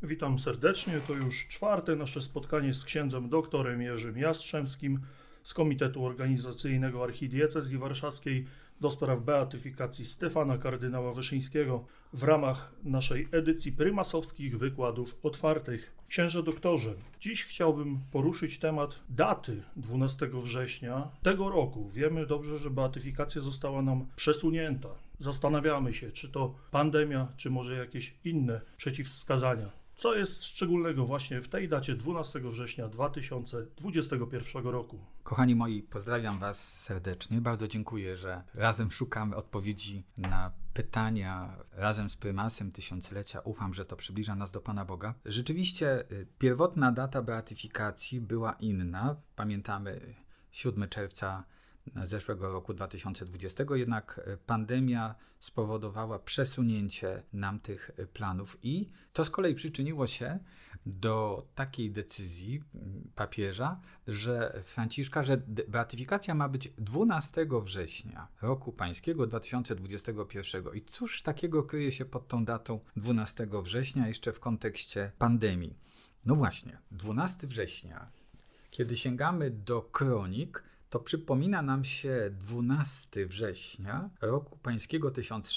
Witam serdecznie. To już czwarte nasze spotkanie z księdzem doktorem Jerzym Jastrzębskim z Komitetu Organizacyjnego Archidiecezji Warszawskiej do spraw beatyfikacji Stefana kardynała Wyszyńskiego w ramach naszej edycji prymasowskich wykładów otwartych. Księże doktorze, dziś chciałbym poruszyć temat daty 12 września tego roku. Wiemy dobrze, że beatyfikacja została nam przesunięta. Zastanawiamy się, czy to pandemia, czy może jakieś inne przeciwwskazania. Co jest szczególnego właśnie w tej dacie 12 września 2021 roku? Kochani moi, pozdrawiam Was serdecznie. Bardzo dziękuję, że razem szukamy odpowiedzi na pytania razem z prymasem tysiąclecia. Ufam, że to przybliża nas do Pana Boga. Rzeczywiście pierwotna data beatyfikacji była inna. Pamiętamy 7 czerwca zeszłego roku 2020, jednak pandemia spowodowała przesunięcie nam tych planów i to z kolei przyczyniło się do takiej decyzji papieża, że Franciszka, że beatyfikacja ma być 12 września roku pańskiego 2021. I cóż takiego kryje się pod tą datą 12 września jeszcze w kontekście pandemii? No właśnie, 12 września, kiedy sięgamy do kronik, to przypomina nam się 12 września roku pańskiego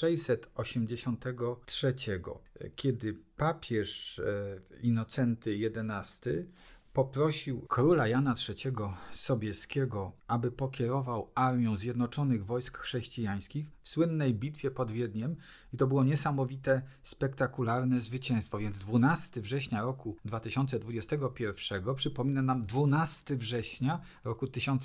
1683, kiedy papież Innocenty XI poprosił króla Jana III Sobieskiego, aby pokierował armią Zjednoczonych Wojsk Chrześcijańskich w słynnej bitwie pod Wiedniem i to było niesamowite, spektakularne zwycięstwo. Więc 12 września roku 2021 przypomina nam 12 września roku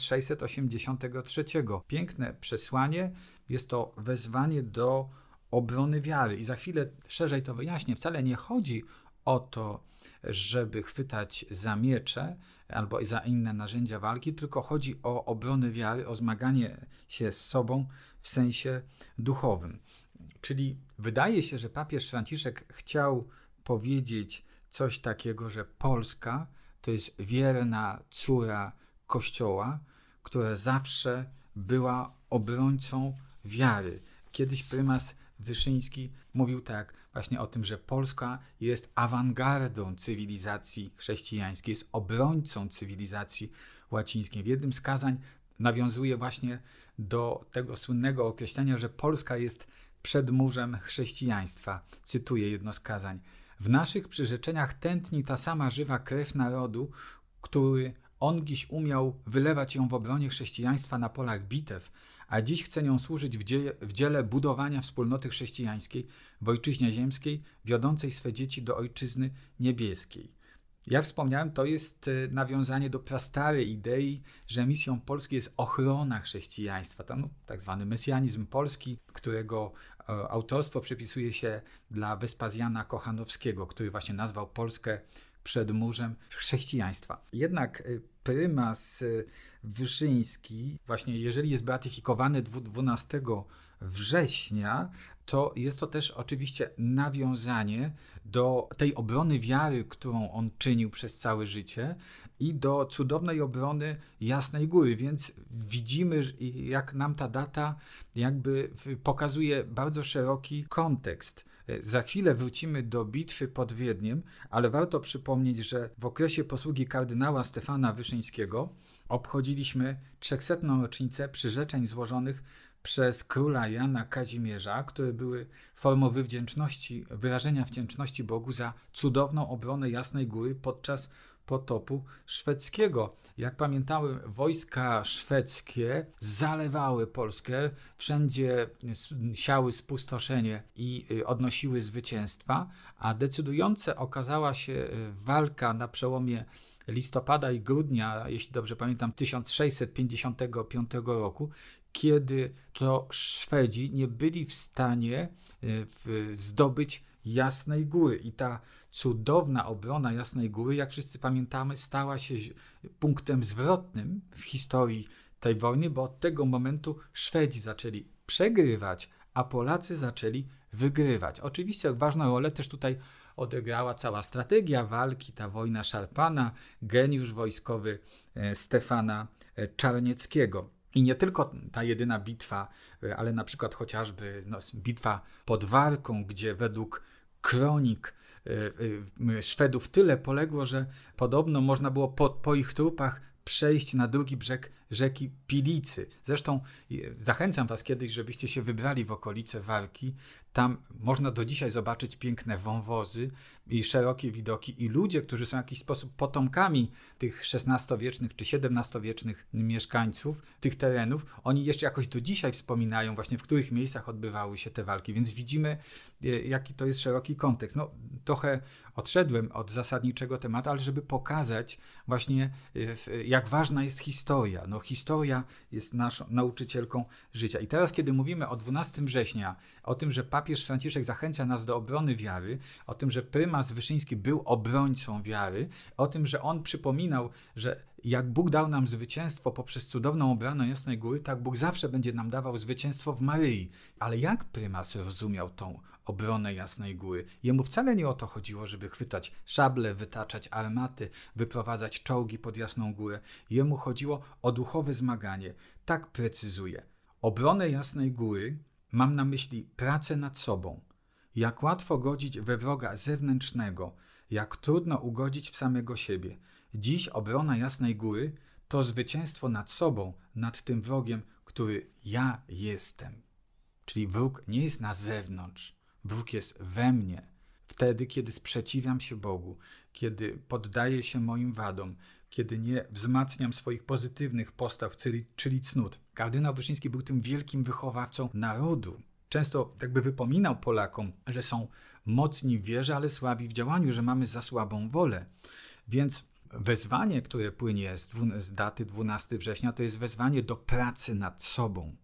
1683. Piękne przesłanie, jest to wezwanie do obrony wiary i za chwilę szerzej to wyjaśnię. Wcale nie chodzi o to, żeby chwytać za miecze albo za inne narzędzia walki, tylko chodzi o obronę wiary, o zmaganie się z sobą w sensie duchowym. Czyli wydaje się, że papież Franciszek chciał powiedzieć coś takiego, że Polska to jest wierna córa Kościoła, która zawsze była obrońcą wiary. Kiedyś prymas Wyszyński mówił tak właśnie o tym, że Polska jest awangardą cywilizacji chrześcijańskiej, jest obrońcą cywilizacji łacińskiej. W jednym z kazań nawiązuje właśnie do tego słynnego określenia, że Polska jest przedmurzem chrześcijaństwa. Cytuję jedno z kazań. W naszych przyrzeczeniach tętni ta sama żywa krew narodu, który ongiś umiał wylewać ją w obronie chrześcijaństwa na polach bitew, a dziś chce nią służyć w dziele budowania wspólnoty chrześcijańskiej w ojczyźnie ziemskiej, wiodącej swe dzieci do ojczyzny niebieskiej. Jak wspomniałem, to jest nawiązanie do prastarej idei, że misją Polski jest ochrona chrześcijaństwa. Tam tak zwany mesjanizm polski, którego autorstwo przypisuje się dla Wespazjana Kochanowskiego, który właśnie nazwał Polskę przedmurzem chrześcijaństwa. Jednak prymas Wyszyński, właśnie jeżeli jest beatyfikowany 12 września, to jest to też oczywiście nawiązanie do tej obrony wiary, którą on czynił przez całe życie i do cudownej obrony Jasnej Góry, więc widzimy, jak nam ta data jakby pokazuje bardzo szeroki kontekst. Za chwilę wrócimy do bitwy pod Wiedniem, ale warto przypomnieć, że w okresie posługi kardynała Stefana Wyszyńskiego obchodziliśmy 300. rocznicę przyrzeczeń złożonych przez króla Jana Kazimierza, które były formą wyrażenia wdzięczności Bogu za cudowną obronę Jasnej Góry podczas potopu szwedzkiego. Jak pamiętałem, wojska szwedzkie zalewały Polskę, wszędzie siały spustoszenie i odnosiły zwycięstwa, a decydujące okazała się walka na przełomie listopada i grudnia, jeśli dobrze pamiętam, 1655 roku, kiedy to Szwedzi nie byli w stanie zdobyć Jasnej Góry. I ta cudowna obrona Jasnej Góry, jak wszyscy pamiętamy, stała się punktem zwrotnym w historii tej wojny, bo od tego momentu Szwedzi zaczęli przegrywać, a Polacy zaczęli wygrywać. Oczywiście ważną rolę też tutaj odegrała cała strategia walki, ta wojna szarpana, geniusz wojskowy Stefana Czarnieckiego. I nie tylko ta jedyna bitwa, ale na przykład chociażby bitwa pod Warką, gdzie według kronik Szwedów tyle poległo, że podobno można było po ich trupach przejść na drugi brzeg rzeki Pilicy. Zresztą zachęcam was kiedyś, żebyście się wybrali w okolice Warki. Tam można do dzisiaj zobaczyć piękne wąwozy i szerokie widoki i ludzie, którzy są w jakiś sposób potomkami tych XVI-wiecznych czy XVII-wiecznych mieszkańców tych terenów, oni jeszcze jakoś do dzisiaj wspominają właśnie, w których miejscach odbywały się te walki, więc widzimy, jaki to jest szeroki kontekst. No, trochę odszedłem od zasadniczego tematu, ale żeby pokazać właśnie, jak ważna jest historia. No, historia jest naszą nauczycielką życia. I teraz, kiedy mówimy o 12 września, o tym, że papież Franciszek zachęca nas do obrony wiary, o tym, że prymas Wyszyński był obrońcą wiary, o tym, że on przypominał, że jak Bóg dał nam zwycięstwo poprzez cudowną obronę Jasnej Góry, tak Bóg zawsze będzie nam dawał zwycięstwo w Maryi. Ale jak prymas rozumiał tą obronę Jasnej Góry? Jemu wcale nie o to chodziło, żeby chwytać szable, wytaczać armaty, wyprowadzać czołgi pod Jasną Górę. Jemu chodziło o duchowe zmaganie. Tak precyzuje. Obronę Jasnej Góry mam na myśli pracę nad sobą. Jak łatwo godzić we wroga zewnętrznego, jak trudno ugodzić w samego siebie. Dziś obrona Jasnej Góry to zwycięstwo nad sobą, nad tym wrogiem, który ja jestem. Czyli wróg nie jest na zewnątrz, wróg jest we mnie. Wtedy, kiedy sprzeciwiam się Bogu, kiedy poddaję się moim wadom, kiedy nie wzmacniam swoich pozytywnych postaw, czyli cnót. Kardynał Wyszyński był tym wielkim wychowawcą narodu. Często jakby wypominał Polakom, że są mocni w wierze, ale słabi w działaniu, że mamy za słabą wolę. Więc wezwanie, które płynie z daty 12 września, to jest wezwanie do pracy nad sobą,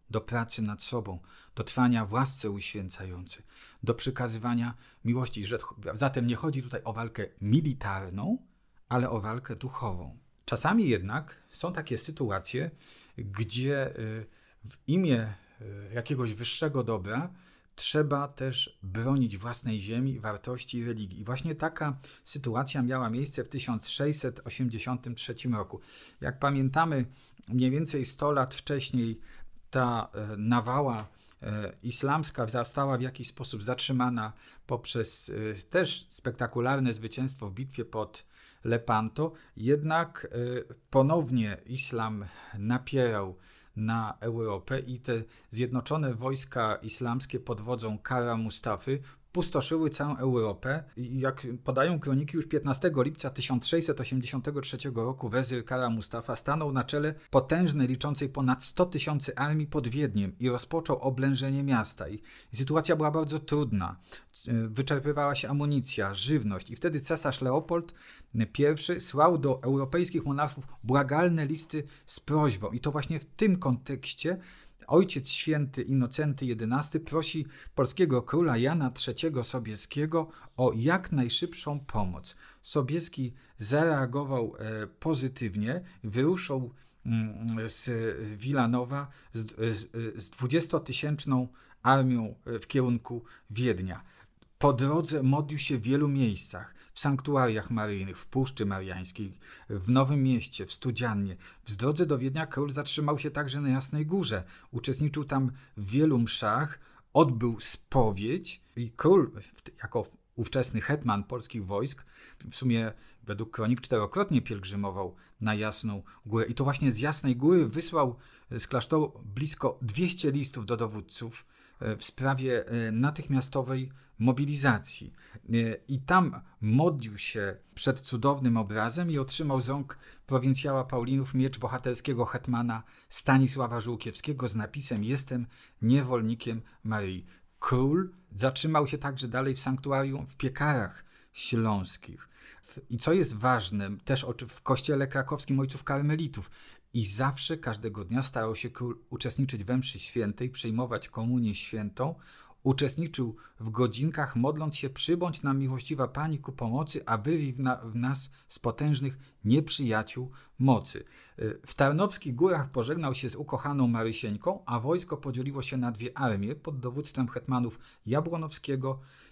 do trwania w łasce uświęcającej, do przykazywania miłości. Zatem nie chodzi tutaj o walkę militarną, ale o walkę duchową. Czasami jednak są takie sytuacje, gdzie w imię jakiegoś wyższego dobra trzeba też bronić własnej ziemi, wartości i religii. I właśnie taka sytuacja miała miejsce w 1683 roku. Jak pamiętamy, mniej więcej 100 lat wcześniej ta nawała islamska została w jakiś sposób zatrzymana poprzez też spektakularne zwycięstwo w bitwie pod Lepanto. Jednak ponownie islam napierał na Europę i te zjednoczone wojska islamskie pod wodzą Kara Mustafy pustoszyły całą Europę i jak podają kroniki, już 15 lipca 1683 roku wezyr Kara Mustafa stanął na czele potężnej, liczącej ponad 100 000 armii pod Wiedniem i rozpoczął oblężenie miasta. I sytuacja była bardzo trudna. Wyczerpywała się amunicja, żywność i wtedy cesarz Leopold I słał do europejskich monarchów błagalne listy z prośbą. I to właśnie w tym kontekście Ojciec Święty Innocenty XI prosi polskiego króla Jana III Sobieskiego o jak najszybszą pomoc. Sobieski zareagował pozytywnie, wyruszył z Wilanowa z 20-tysięczną armią w kierunku Wiednia. Po drodze modlił się w wielu miejscach, w sanktuariach maryjnych, w Puszczy Mariańskiej, w Nowym Mieście, w Studziannie. W drodze do Wiednia król zatrzymał się także na Jasnej Górze. Uczestniczył tam w wielu mszach, odbył spowiedź i król, jako ówczesny hetman polskich wojsk, w sumie według kronik 4-krotnie pielgrzymował na Jasną Górę. I to właśnie z Jasnej Góry wysłał z klasztoru blisko 200 listów do dowódców w sprawie natychmiastowej mobilizacji. I tam modlił się przed cudownym obrazem i otrzymał z rąk prowincjała Paulinów miecz bohaterskiego hetmana Stanisława Żółkiewskiego z napisem „Jestem niewolnikiem Maryi”. Król zatrzymał się także dalej w sanktuarium w Piekarach Śląskich. I co jest ważne, też w kościele krakowskim ojców karmelitów. I zawsze, każdego dnia starał się król uczestniczyć we mszy świętej, przyjmować komunię świętą. Uczestniczył w godzinkach, modląc się: przybądź nam, miłościwa Pani, ku pomocy, a wyrwij w nas z potężnych nieprzyjaciół mocy. W Tarnowskich Górach pożegnał się z ukochaną Marysieńką, a wojsko podzieliło się na dwie armie pod dowództwem hetmanów Jabłonowskiego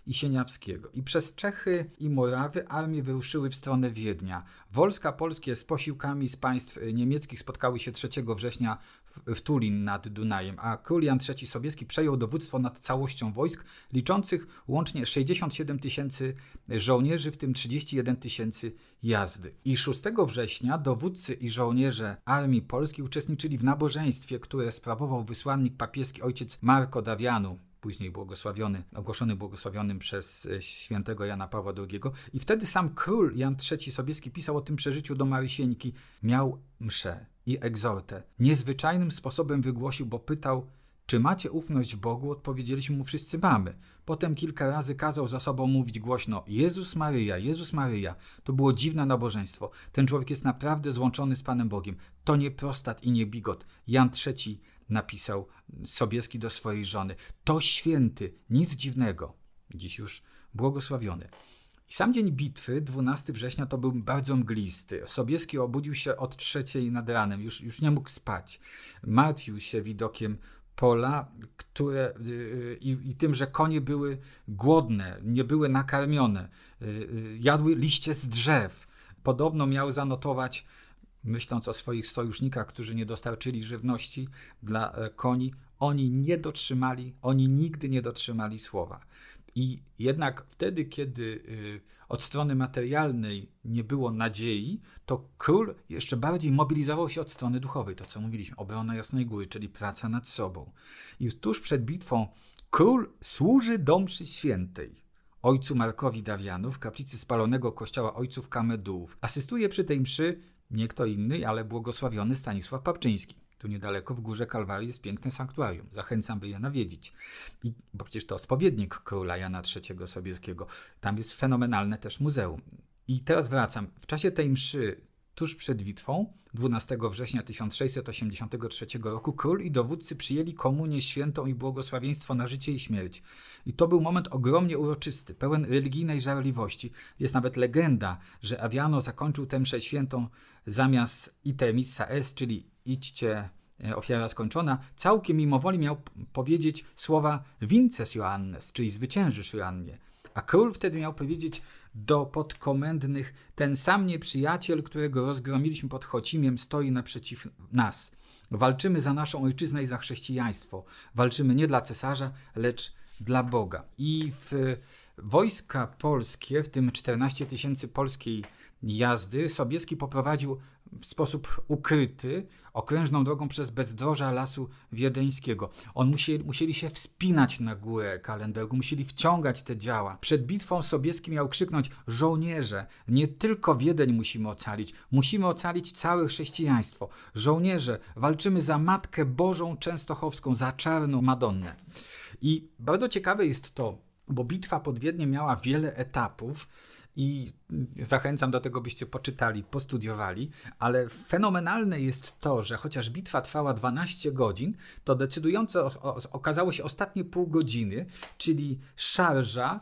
i Sieniawskiego. I przez Czechy i Morawy armie wyruszyły w stronę Wiednia. Wojska polskie z posiłkami z państw niemieckich spotkały się 3 września w Tulin nad Dunajem, a król Jan III Sobieski przejął dowództwo nad całością wojsk, liczących łącznie 67 tysięcy żołnierzy, w tym 31 tysięcy jazdy. I 6 września dowódcy i żołnierze armii polskiej uczestniczyli w nabożeństwie, które sprawował wysłannik papieski ojciec Marko d'Aviano, później ogłoszony błogosławionym przez świętego Jana Pawła II. I wtedy sam król Jan III Sobieski pisał o tym przeżyciu do Marysieńki. Miał mszę i egzortę. Niezwyczajnym sposobem wygłosił, bo pytał, czy macie ufność Bogu? Odpowiedzieliśmy mu, wszyscy mamy. Potem kilka razy kazał za sobą mówić głośno, Jezus Maryja, Jezus Maryja. To było dziwne nabożeństwo. Ten człowiek jest naprawdę złączony z Panem Bogiem. To nie prostat i nie bigot. Jan III napisał Sobieski do swojej żony. To święty, nic dziwnego. Dziś już błogosławiony. I sam dzień bitwy, 12 września, to był bardzo mglisty. Sobieski obudził się od 3 nad ranem, już nie mógł spać. Martwił się widokiem pola, i tym, że konie były głodne, nie były nakarmione, jadły liście z drzew. Podobno miał zanotować, myśląc o swoich sojusznikach, którzy nie dostarczyli żywności dla koni, oni nigdy nie dotrzymali słowa. I jednak wtedy, kiedy od strony materialnej nie było nadziei, to król jeszcze bardziej mobilizował się od strony duchowej. To, co mówiliśmy, obrona Jasnej Góry, czyli praca nad sobą. I tuż przed bitwą król służy do mszy świętej ojcu Markowi d'Aviano w kaplicy spalonego kościoła ojców Kamedułów. Asystuje przy tej mszy nie kto inny, ale błogosławiony Stanisław Papczyński. Tu niedaleko w Górze Kalwarii jest piękne sanktuarium. Zachęcam, by je nawiedzić. Bo przecież to spowiednik króla Jana III Sobieskiego. Tam jest fenomenalne też muzeum. I teraz wracam. W czasie tej mszy, tuż przed bitwą, 12 września 1683 roku, król i dowódcy przyjęli komunię świętą i błogosławieństwo na życie i śmierć. I to był moment ogromnie uroczysty, pełen religijnej żarliwości. Jest nawet legenda, że Aviano zakończył tę mszę świętą zamiast ite missa est, czyli idźcie, ofiara skończona, całkiem mimowoli miał powiedzieć słowa vinces Joannes, czyli zwyciężysz Joannie. A król wtedy miał powiedzieć do podkomendnych, ten sam nieprzyjaciel, którego rozgromiliśmy pod Chocimiem, stoi naprzeciw nas. Walczymy za naszą ojczyznę i za chrześcijaństwo. Walczymy nie dla cesarza, lecz dla Boga. I w wojska polskie, w tym 14 tysięcy polskiej jazdy, Sobieski poprowadził w sposób ukryty okrężną drogą przez bezdroża Lasu Wiedeńskiego. Musieli się wspinać na górę Kahlenbergu, musieli wciągać te działa. Przed bitwą Sobieski miał krzyknąć, żołnierze, nie tylko Wiedeń musimy ocalić całe chrześcijaństwo. Żołnierze, walczymy za Matkę Bożą Częstochowską, za Czarną Madonnę. I bardzo ciekawe jest to, bo bitwa pod Wiedniem miała wiele etapów, i zachęcam do tego, byście poczytali, postudiowali, ale fenomenalne jest to, że chociaż bitwa trwała 12 godzin, to decydujące okazało się ostatnie pół godziny, czyli szarża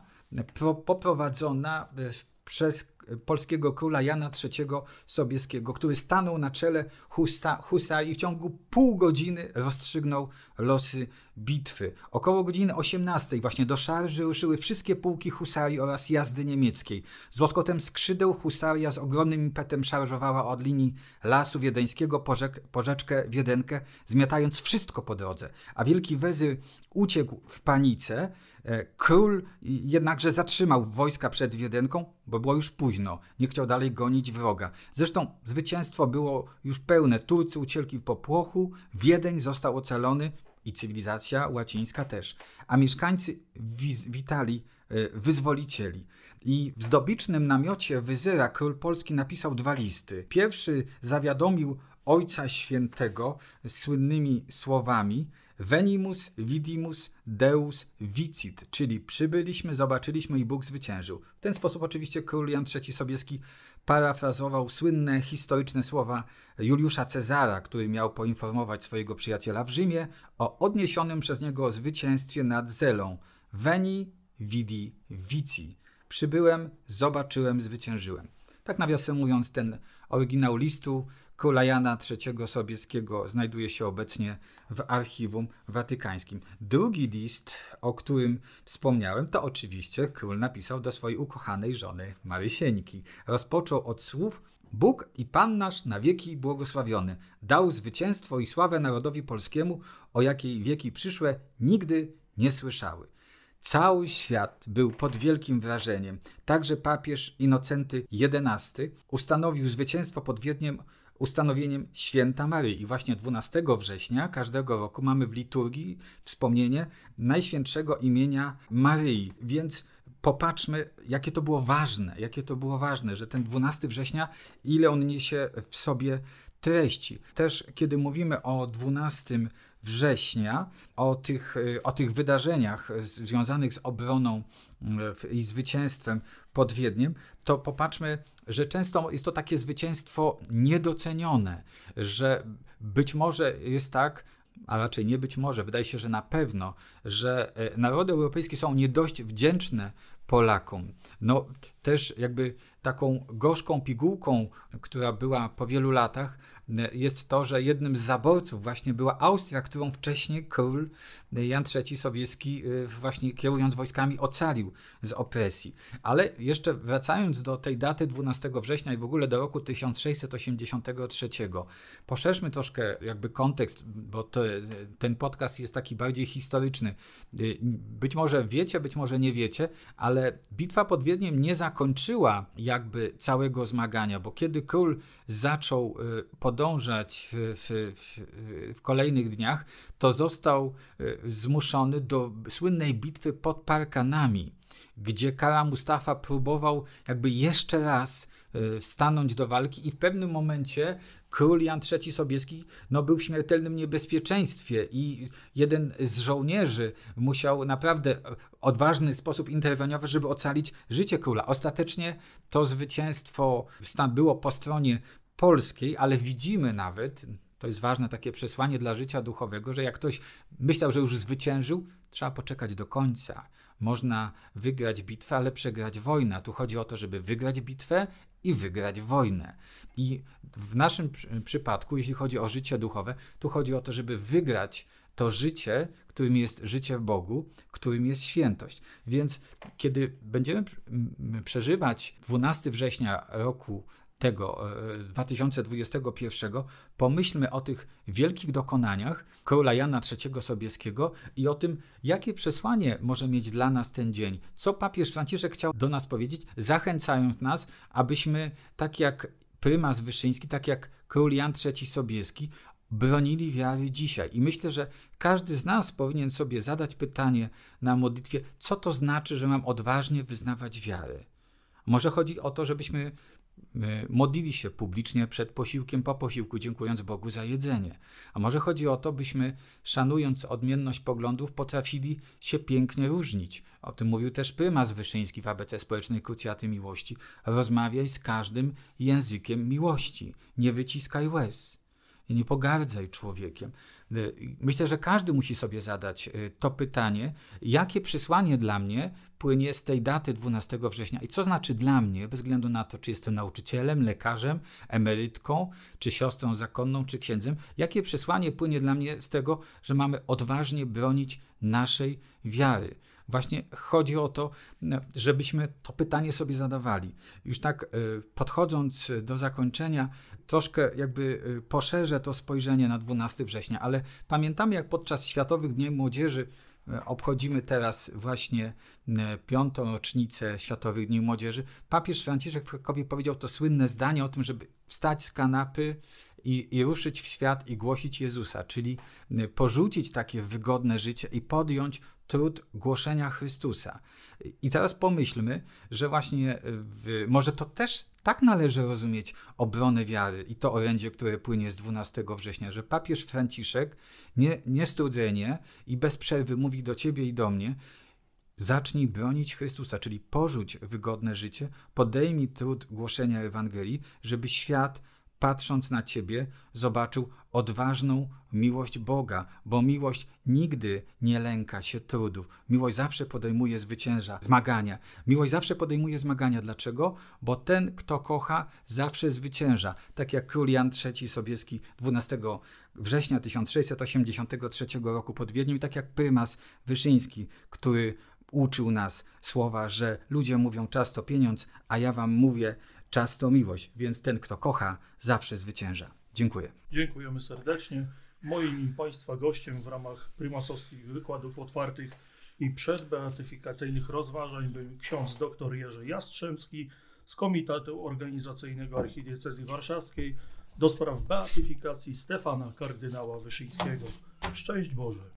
poprowadzona przez polskiego króla Jana III Sobieskiego, który stanął na czele husarii i w ciągu pół godziny rozstrzygnął losy bitwy. Około godziny 18 właśnie do szarży ruszyły wszystkie pułki husarii oraz jazdy niemieckiej. Z łoskotem skrzydeł husaria z ogromnym impetem szarżowała od linii Lasu Wiedeńskiego po rzeczkę Wiedenkę, zmiatając wszystko po drodze. A wielki wezyr uciekł w panice. Król jednakże zatrzymał wojska przed Wiedenką, bo było już późno. Nie chciał dalej gonić wroga. Zresztą zwycięstwo było już pełne. Turcy uciekli w popłochu, Wiedeń został ocalony i cywilizacja łacińska też. A mieszkańcy witali wyzwolicieli. I w zdobicznym namiocie wyzyra król polski napisał 2 listy. Pierwszy zawiadomił Ojca Świętego słynnymi słowami Venimus, vidimus, Deus vicit, czyli przybyliśmy, zobaczyliśmy i Bóg zwyciężył. W ten sposób oczywiście król Jan III Sobieski parafrazował słynne historyczne słowa Juliusza Cezara, który miał poinformować swojego przyjaciela w Rzymie o odniesionym przez niego zwycięstwie nad Zelą. Veni, vidi, vici. Przybyłem, zobaczyłem, zwyciężyłem. Tak nawiasem mówiąc, ten oryginał listu króla Jana III Sobieskiego znajduje się obecnie w Archiwum Watykańskim. Drugi list, o którym wspomniałem, to oczywiście król napisał do swojej ukochanej żony Marysieńki. Rozpoczął od słów: Bóg i Pan nasz na wieki błogosławiony dał zwycięstwo i sławę narodowi polskiemu, o jakiej wieki przyszłe nigdy nie słyszały. Cały świat był pod wielkim wrażeniem. Także papież Innocenty XI ustanowił zwycięstwo pod Wiedniem ustanowieniem święta Maryi. I właśnie 12 września każdego roku mamy w liturgii wspomnienie Najświętszego imienia Maryi. Więc popatrzmy, jakie to było ważne, że ten 12 września, ile on niesie w sobie treści. Też kiedy mówimy o 12 września, o tych wydarzeniach związanych z obroną i zwycięstwem pod Wiedniem, to popatrzmy, że często jest to takie zwycięstwo niedocenione, że być może jest tak, a raczej nie być może, wydaje się, że na pewno, że narody europejskie są nie dość wdzięczne Polakom. No też jakby taką gorzką pigułką, która była po wielu latach, jest to, że jednym z zaborców właśnie była Austria, którą wcześniej król Jan III Sobieski właśnie kierując wojskami ocalił z opresji. Ale jeszcze wracając do tej daty 12 września i w ogóle do roku 1683, poszerzmy troszkę jakby kontekst, bo ten podcast jest taki bardziej historyczny. Być może wiecie, być może nie wiecie, ale bitwa pod Wiedniem nie zakończyła jakby całego zmagania, bo kiedy król zaczął podążać w kolejnych dniach, to został zmuszony do słynnej bitwy pod Parkanami, gdzie Kara Mustafa próbował jakby jeszcze raz stanąć do walki i w pewnym momencie król Jan III Sobieski był w śmiertelnym niebezpieczeństwie i jeden z żołnierzy musiał naprawdę w odważny sposób interweniować, żeby ocalić życie króla. Ostatecznie to zwycięstwo było po stronie polskiej, ale widzimy nawet, to jest ważne takie przesłanie dla życia duchowego, że jak ktoś myślał, że już zwyciężył, trzeba poczekać do końca. Można wygrać bitwę, ale przegrać wojnę. Tu chodzi o to, żeby wygrać bitwę i wygrać wojnę. I w naszym przypadku, jeśli chodzi o życie duchowe, tu chodzi o to, żeby wygrać to życie, którym jest życie w Bogu, którym jest świętość. Więc kiedy będziemy przeżywać 12 września roku tego 2021, pomyślmy o tych wielkich dokonaniach króla Jana III Sobieskiego i o tym, jakie przesłanie może mieć dla nas ten dzień. Co papież Franciszek chciał do nas powiedzieć, zachęcając nas, abyśmy tak jak prymas Wyszyński, tak jak król Jan III Sobieski, bronili wiary dzisiaj. I myślę, że każdy z nas powinien sobie zadać pytanie na modlitwie, co to znaczy, że mam odważnie wyznawać wiarę. Może chodzi o to, żebyśmy modlili się publicznie przed posiłkiem, po posiłku, dziękując Bogu za jedzenie. A może chodzi o to, byśmy, szanując odmienność poglądów, potrafili się pięknie różnić. O tym mówił też prymas Wyszyński w ABC Społecznej Krucjaty Miłości. Rozmawiaj z każdym językiem miłości. Nie wyciskaj łez. Nie pogardzaj człowiekiem. Myślę, że każdy musi sobie zadać to pytanie, jakie przesłanie dla mnie płynie z tej daty 12 września i co znaczy dla mnie, bez względu na to, czy jestem nauczycielem, lekarzem, emerytką, czy siostrą zakonną, czy księdzem, jakie przesłanie płynie dla mnie z tego, że mamy odważnie bronić naszej wiary. Właśnie chodzi o to, żebyśmy to pytanie sobie zadawali. Już tak podchodząc do zakończenia, troszkę jakby poszerzę to spojrzenie na 12 września, ale pamiętamy, jak podczas Światowych Dni Młodzieży obchodzimy teraz właśnie 5. rocznicę Światowych Dni Młodzieży. Papież Franciszek w Krakowie powiedział to słynne zdanie o tym, żeby wstać z kanapy i ruszyć w świat i głosić Jezusa, czyli porzucić takie wygodne życie i podjąć trud głoszenia Chrystusa. I teraz pomyślmy, że właśnie może to też tak należy rozumieć obronę wiary i to orędzie, które płynie z 12 września, że papież Franciszek niestrudzenie i bez przerwy mówi do ciebie i do mnie: zacznij bronić Chrystusa, czyli porzuć wygodne życie, podejmij trud głoszenia Ewangelii, żeby świat patrząc na ciebie, zobaczył odważną miłość Boga, bo miłość nigdy nie lęka się trudów. Miłość zawsze podejmuje zmagania. Miłość zawsze podejmuje zmagania. Dlaczego? Bo ten, kto kocha, zawsze zwycięża. Tak jak król Jan III Sobieski 12 września 1683 roku pod Wiedniem i tak jak prymas Wyszyński, który uczył nas słowa, że ludzie mówią czas to pieniądz, a ja wam mówię czas to miłość, więc ten, kto kocha, zawsze zwycięża. Dziękuję. Dziękujemy serdecznie. Moim i Państwa gościem w ramach prymasowskich wykładów otwartych i przedbeatyfikacyjnych rozważań był ksiądz dr Jerzy Jastrzębski z Komitetu Organizacyjnego Archidiecezji Warszawskiej do spraw beatyfikacji Stefana kardynała Wyszyńskiego. Szczęść Boże.